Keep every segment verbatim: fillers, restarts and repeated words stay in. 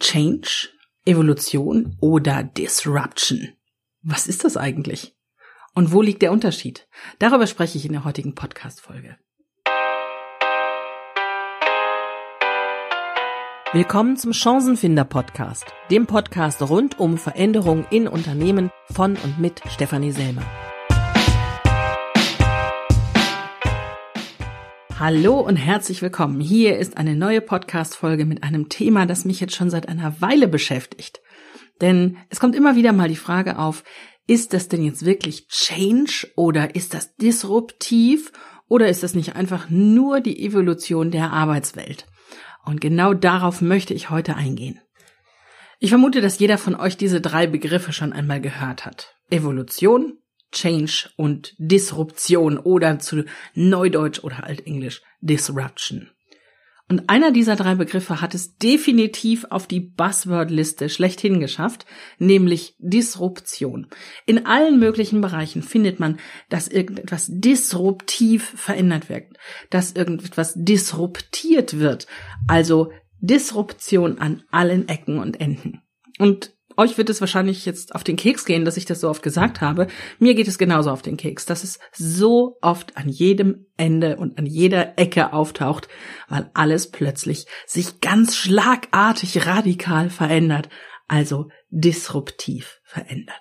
Change, Evolution oder Disruption? Was ist das eigentlich? Und wo liegt der Unterschied? Darüber spreche ich in der heutigen Podcast-Folge. Willkommen zum Chancenfinder-Podcast, dem Podcast rund um Veränderungen in Unternehmen von und mit Stefanie Selmer. Hallo und herzlich willkommen. Hier ist eine neue Podcast-Folge mit einem Thema, das mich jetzt schon seit einer Weile beschäftigt. Denn es kommt immer wieder mal die Frage auf, ist das denn jetzt wirklich Change oder ist das disruptiv oder ist das nicht einfach nur die Evolution der Arbeitswelt? Und genau darauf möchte ich heute eingehen. Ich vermute, dass jeder von euch diese drei Begriffe schon einmal gehört hat. Evolution, Change und Disruption oder zu Neudeutsch oder Altenglisch Disruption. Und einer dieser drei Begriffe hat es definitiv auf die Buzzword-Liste schlechthin geschafft, nämlich Disruption. In allen möglichen Bereichen findet man, dass irgendetwas disruptiv verändert wird, dass irgendetwas disruptiert wird, also Disruption an allen Ecken und Enden. Und euch wird es wahrscheinlich jetzt auf den Keks gehen, dass ich das so oft gesagt habe. Mir geht es genauso auf den Keks, dass es so oft an jedem Ende und an jeder Ecke auftaucht, weil alles plötzlich sich ganz schlagartig radikal verändert, also disruptiv verändert.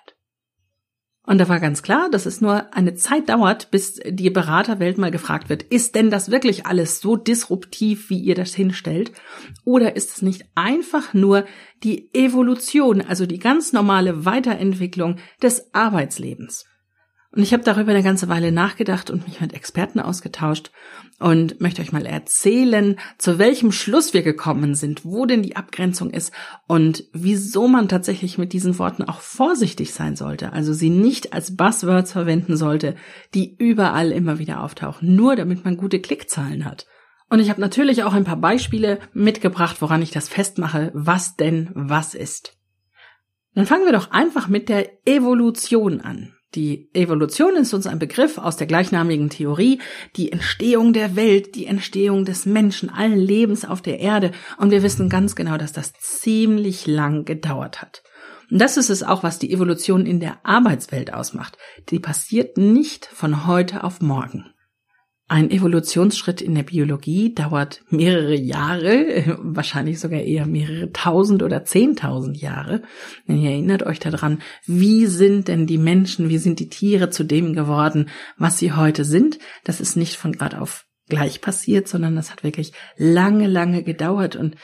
Und da war ganz klar, dass es nur eine Zeit dauert, bis die Beraterwelt mal gefragt wird, ist denn das wirklich alles so disruptiv, wie ihr das hinstellt? Oder ist es nicht einfach nur die Evolution, also die ganz normale Weiterentwicklung des Arbeitslebens? Und ich habe darüber eine ganze Weile nachgedacht und mich mit Experten ausgetauscht und möchte euch mal erzählen, zu welchem Schluss wir gekommen sind, wo denn die Abgrenzung ist und wieso man tatsächlich mit diesen Worten auch vorsichtig sein sollte, also sie nicht als Buzzwords verwenden sollte, die überall immer wieder auftauchen, nur damit man gute Klickzahlen hat. Und ich habe natürlich auch ein paar Beispiele mitgebracht, woran ich das festmache, was denn was ist. Dann fangen wir doch einfach mit der Evolution an. Die Evolution ist uns ein Begriff aus der gleichnamigen Theorie, die Entstehung der Welt, die Entstehung des Menschen, allen Lebens auf der Erde. Und wir wissen ganz genau, dass das ziemlich lang gedauert hat. Und das ist es auch, was die Evolution in der Arbeitswelt ausmacht. Die passiert nicht von heute auf morgen. Ein Evolutionsschritt in der Biologie dauert mehrere Jahre, wahrscheinlich sogar eher mehrere tausend oder zehntausend Jahre. Denn ihr erinnert euch daran, wie sind denn die Menschen, wie sind die Tiere zu dem geworden, was sie heute sind? Das ist nicht von grad auf gleich passiert, sondern das hat wirklich lange, lange gedauert. Und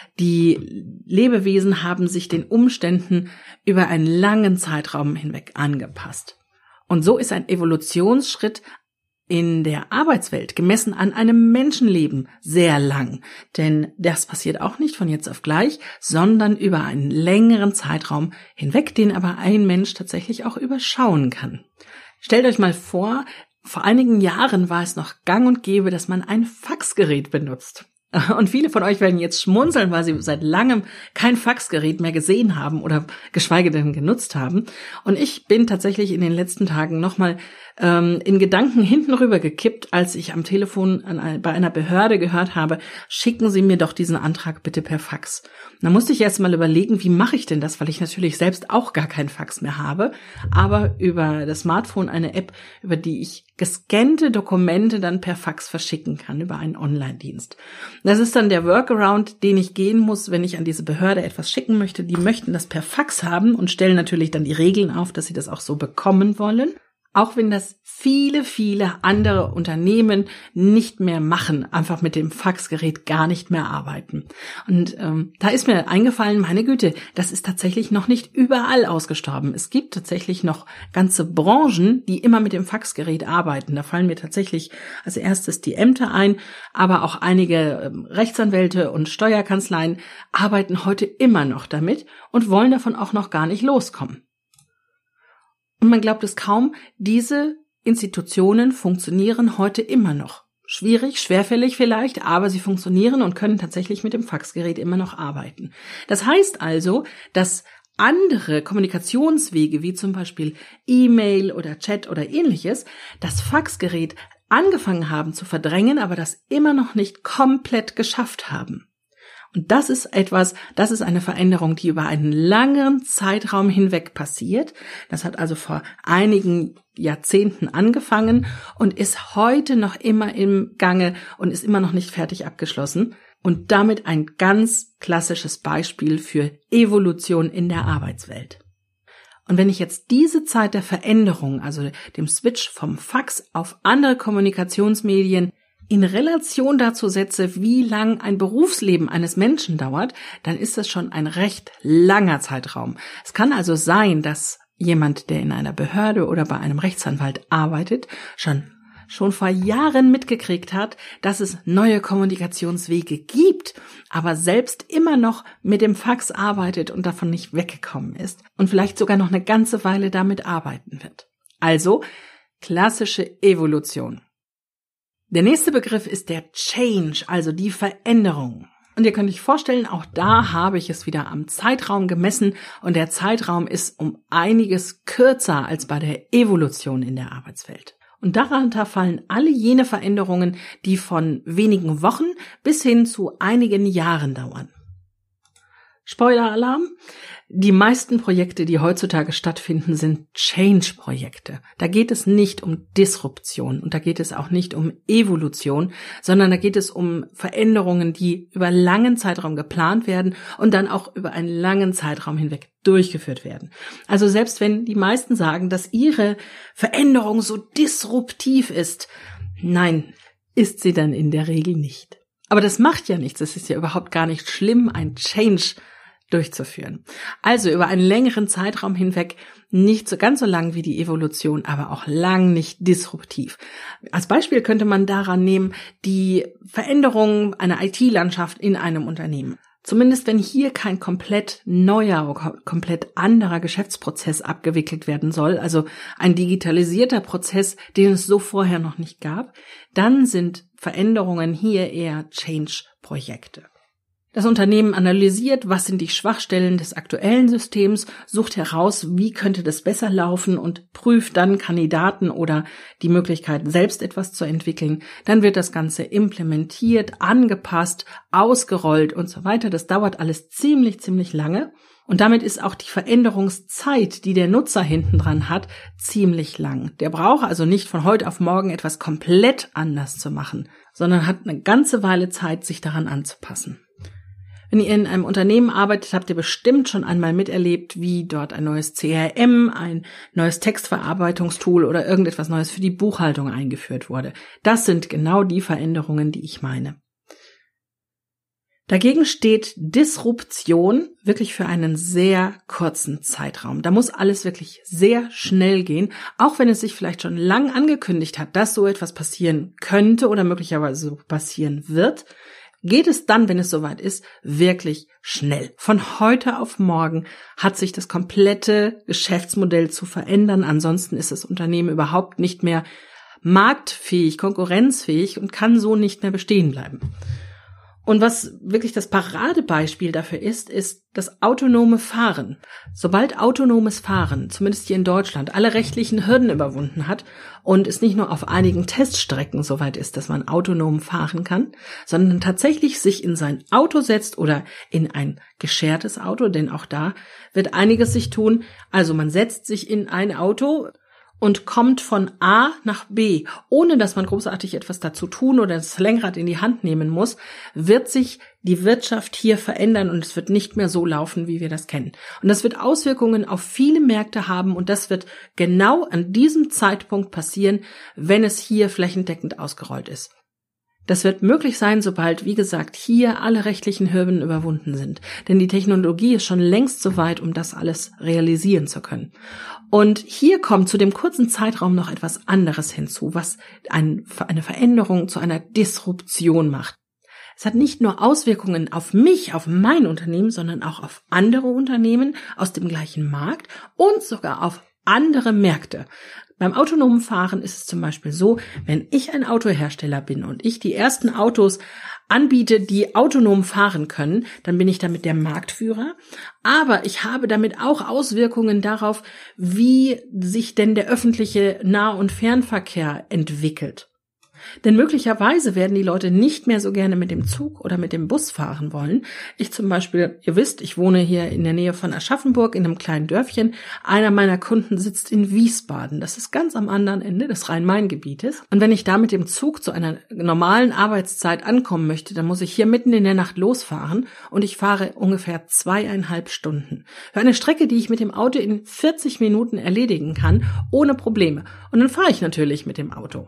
die Lebewesen haben sich den Umständen über einen langen Zeitraum hinweg angepasst. Und so ist ein Evolutionsschritt in der Arbeitswelt, gemessen an einem Menschenleben, sehr lang. Denn das passiert auch nicht von jetzt auf gleich, sondern über einen längeren Zeitraum hinweg, den aber ein Mensch tatsächlich auch überschauen kann. Stellt euch mal vor, vor einigen Jahren war es noch gang und gäbe, dass man ein Faxgerät benutzt. Und viele von euch werden jetzt schmunzeln, weil sie seit langem kein Faxgerät mehr gesehen haben oder geschweige denn genutzt haben. Und ich bin tatsächlich in den letzten Tagen nochmal ähm, in Gedanken hinten rüber gekippt, als ich am Telefon an ein, bei einer Behörde gehört habe, schicken Sie mir doch diesen Antrag bitte per Fax. Da musste ich erst mal überlegen, wie mache ich denn das, weil ich natürlich selbst auch gar kein Fax mehr habe, aber über das Smartphone eine App, über die ich gescannte Dokumente dann per Fax verschicken kann, über einen Online-Dienst. Das ist dann der Workaround, den ich gehen muss, wenn ich an diese Behörde etwas schicken möchte. Die möchten das per Fax haben und stellen natürlich dann die Regeln auf, dass sie das auch so bekommen wollen. Auch wenn das viele, viele andere Unternehmen nicht mehr machen, einfach mit dem Faxgerät gar nicht mehr arbeiten. Und ähm, da ist mir eingefallen, meine Güte, das ist tatsächlich noch nicht überall ausgestorben. Es gibt tatsächlich noch ganze Branchen, die immer mit dem Faxgerät arbeiten. Da fallen mir tatsächlich als erstes die Ämter ein, aber auch einige ähm, Rechtsanwälte und Steuerkanzleien arbeiten heute immer noch damit und wollen davon auch noch gar nicht loskommen. Und man glaubt es kaum, diese Institutionen funktionieren heute immer noch. Schwierig, schwerfällig vielleicht, aber sie funktionieren und können tatsächlich mit dem Faxgerät immer noch arbeiten. Das heißt also, dass andere Kommunikationswege, wie zum Beispiel E-Mail oder Chat oder ähnliches, das Faxgerät angefangen haben zu verdrängen, aber das immer noch nicht komplett geschafft haben. Und das ist etwas, das ist eine Veränderung, die über einen langen Zeitraum hinweg passiert. Das hat also vor einigen Jahrzehnten angefangen und ist heute noch immer im Gange und ist immer noch nicht fertig abgeschlossen. Und damit ein ganz klassisches Beispiel für Evolution in der Arbeitswelt. Und wenn ich jetzt diese Zeit der Veränderung, also dem Switch vom Fax auf andere Kommunikationsmedien, in Relation dazu setze, wie lang ein Berufsleben eines Menschen dauert, dann ist das schon ein recht langer Zeitraum. Es kann also sein, dass jemand, der in einer Behörde oder bei einem Rechtsanwalt arbeitet, schon schon vor Jahren mitgekriegt hat, dass es neue Kommunikationswege gibt, aber selbst immer noch mit dem Fax arbeitet und davon nicht weggekommen ist und vielleicht sogar noch eine ganze Weile damit arbeiten wird. Also klassische Evolution. Der nächste Begriff ist der Change, also die Veränderung. Und ihr könnt euch vorstellen, auch da habe ich es wieder am Zeitraum gemessen und der Zeitraum ist um einiges kürzer als bei der Evolution in der Arbeitswelt. Und darunter fallen alle jene Veränderungen, die von wenigen Wochen bis hin zu einigen Jahren dauern. Spoiler-Alarm: Die meisten Projekte, die heutzutage stattfinden, sind Change-Projekte. Da geht es nicht um Disruption und da geht es auch nicht um Evolution, sondern da geht es um Veränderungen, die über langen Zeitraum geplant werden und dann auch über einen langen Zeitraum hinweg durchgeführt werden. Also selbst wenn die meisten sagen, dass ihre Veränderung so disruptiv ist, nein, ist sie dann in der Regel nicht. Aber das macht ja nichts. Es ist ja überhaupt gar nicht schlimm, ein Change durchzuführen. Also über einen längeren Zeitraum hinweg, nicht so ganz so lang wie die Evolution, aber auch lang nicht disruptiv. Als Beispiel könnte man daran nehmen, die Veränderung einer I T-Landschaft in einem Unternehmen. Zumindest wenn hier kein komplett neuer, komplett anderer Geschäftsprozess abgewickelt werden soll, also ein digitalisierter Prozess, den es so vorher noch nicht gab, dann sind Veränderungen hier eher Change-Projekte. Das Unternehmen analysiert, was sind die Schwachstellen des aktuellen Systems, sucht heraus, wie könnte das besser laufen und prüft dann Kandidaten oder die Möglichkeit, selbst etwas zu entwickeln. Dann wird das Ganze implementiert, angepasst, ausgerollt und so weiter. Das dauert alles ziemlich, ziemlich lange. Und damit ist auch die Veränderungszeit, die der Nutzer hinten dran hat, ziemlich lang. Der braucht also nicht von heute auf morgen etwas komplett anders zu machen, sondern hat eine ganze Weile Zeit, sich daran anzupassen. Wenn ihr in einem Unternehmen arbeitet, habt ihr bestimmt schon einmal miterlebt, wie dort ein neues C R M, ein neues Textverarbeitungstool oder irgendetwas Neues für die Buchhaltung eingeführt wurde. Das sind genau die Veränderungen, die ich meine. Dagegen steht Disruption wirklich für einen sehr kurzen Zeitraum. Da muss alles wirklich sehr schnell gehen, auch wenn es sich vielleicht schon lang angekündigt hat, dass so etwas passieren könnte oder möglicherweise so passieren wird. Geht es dann, wenn es soweit ist, wirklich schnell. Von heute auf morgen hat sich das komplette Geschäftsmodell zu verändern. Ansonsten ist das Unternehmen überhaupt nicht mehr marktfähig, konkurrenzfähig und kann so nicht mehr bestehen bleiben. Und was wirklich das Paradebeispiel dafür ist, ist das autonome Fahren. Sobald autonomes Fahren, zumindest hier in Deutschland, alle rechtlichen Hürden überwunden hat und es nicht nur auf einigen Teststrecken soweit ist, dass man autonom fahren kann, sondern tatsächlich sich in sein Auto setzt oder in ein geschertes Auto, denn auch da wird einiges sich tun. Also man setzt sich in ein Auto und kommt von A nach B, ohne dass man großartig etwas dazu tun oder das Lenkrad in die Hand nehmen muss, wird sich die Wirtschaft hier verändern und es wird nicht mehr so laufen, wie wir das kennen. Und das wird Auswirkungen auf viele Märkte haben und das wird genau an diesem Zeitpunkt passieren, wenn es hier flächendeckend ausgerollt ist. Das wird möglich sein, sobald, wie gesagt, hier alle rechtlichen Hürden überwunden sind. Denn die Technologie ist schon längst so weit, um das alles realisieren zu können. Und hier kommt zu dem kurzen Zeitraum noch etwas anderes hinzu, was ein, eine Veränderung zu einer Disruption macht. Es hat nicht nur Auswirkungen auf mich, auf mein Unternehmen, sondern auch auf andere Unternehmen aus dem gleichen Markt und sogar auf andere Märkte. Beim autonomen Fahren ist es zum Beispiel so, wenn ich ein Autohersteller bin und ich die ersten Autos anbiete, die autonom fahren können, dann bin ich damit der Marktführer. Aber ich habe damit auch Auswirkungen darauf, wie sich denn der öffentliche Nah- und Fernverkehr entwickelt. Denn möglicherweise werden die Leute nicht mehr so gerne mit dem Zug oder mit dem Bus fahren wollen. Ich zum Beispiel, ihr wisst, ich wohne hier in der Nähe von Aschaffenburg in einem kleinen Dörfchen. Einer meiner Kunden sitzt in Wiesbaden. Das ist ganz am anderen Ende des Rhein-Main-Gebietes. Und wenn ich da mit dem Zug zu einer normalen Arbeitszeit ankommen möchte, dann muss ich hier mitten in der Nacht losfahren und ich fahre ungefähr zweieinhalb Stunden. Für eine Strecke, die ich mit dem Auto in vierzig Minuten erledigen kann, ohne Probleme. Und dann fahre ich natürlich mit dem Auto.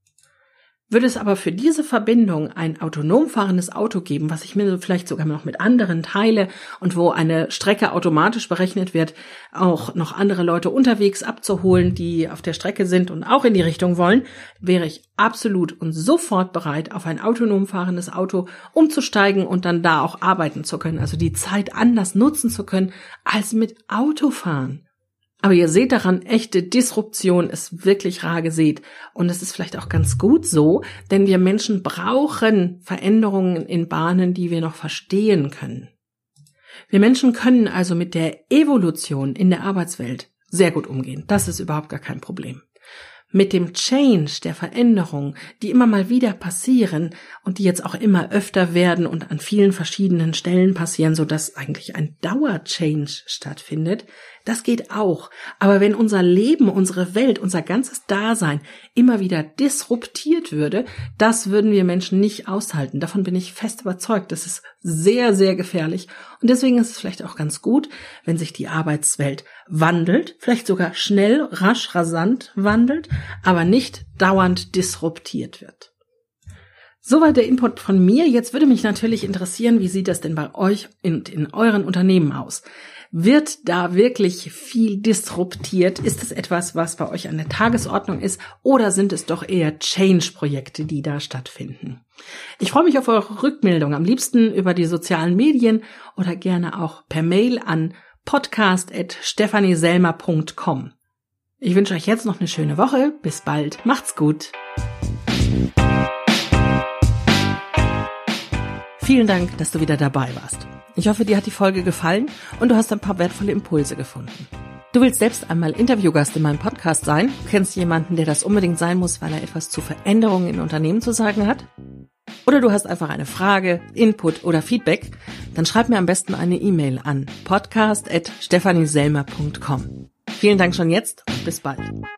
Würde es aber für diese Verbindung ein autonom fahrendes Auto geben, was ich mir vielleicht sogar noch mit anderen teile und wo eine Strecke automatisch berechnet wird, auch noch andere Leute unterwegs abzuholen, die auf der Strecke sind und auch in die Richtung wollen, wäre ich absolut und sofort bereit, auf ein autonom fahrendes Auto umzusteigen und dann da auch arbeiten zu können, also die Zeit anders nutzen zu können, als mit Autofahren. Aber ihr seht daran, echte Disruption ist wirklich rar gesät. Und es ist vielleicht auch ganz gut so, denn wir Menschen brauchen Veränderungen in Bahnen, die wir noch verstehen können. Wir Menschen können also mit der Evolution in der Arbeitswelt sehr gut umgehen. Das ist überhaupt gar kein Problem. Mit dem Change, der Veränderung, die immer mal wieder passieren und die jetzt auch immer öfter werden und an vielen verschiedenen Stellen passieren, sodass eigentlich ein Dauerchange stattfindet, das geht auch. Aber wenn unser Leben, unsere Welt, unser ganzes Dasein immer wieder disruptiert würde, das würden wir Menschen nicht aushalten. Davon bin ich fest überzeugt. Das ist sehr, sehr gefährlich. Und deswegen ist es vielleicht auch ganz gut, wenn sich die Arbeitswelt wandelt, vielleicht sogar schnell, rasch, rasant wandelt, aber nicht dauernd disruptiert wird. Soweit der Input von mir. Jetzt würde mich natürlich interessieren, wie sieht das denn bei euch und in, in euren Unternehmen aus? Wird da wirklich viel disruptiert? Ist es etwas, was bei euch an der Tagesordnung ist? Oder sind es doch eher Change-Projekte, die da stattfinden? Ich freue mich auf eure Rückmeldung. Am liebsten über die sozialen Medien oder gerne auch per Mail an podcast at stefanieselmer punkt com. Ich wünsche euch jetzt noch eine schöne Woche. Bis bald. Macht's gut. Vielen Dank, dass du wieder dabei warst. Ich hoffe, dir hat die Folge gefallen und du hast ein paar wertvolle Impulse gefunden. Du willst selbst einmal Interviewgast in meinem Podcast sein? Du kennst jemanden, der das unbedingt sein muss, weil er etwas zu Veränderungen in Unternehmen zu sagen hat? Oder du hast einfach eine Frage, Input oder Feedback? Dann schreib mir am besten eine E-Mail an podcast at stefanieselmer punkt com. Vielen Dank schon jetzt und bis bald.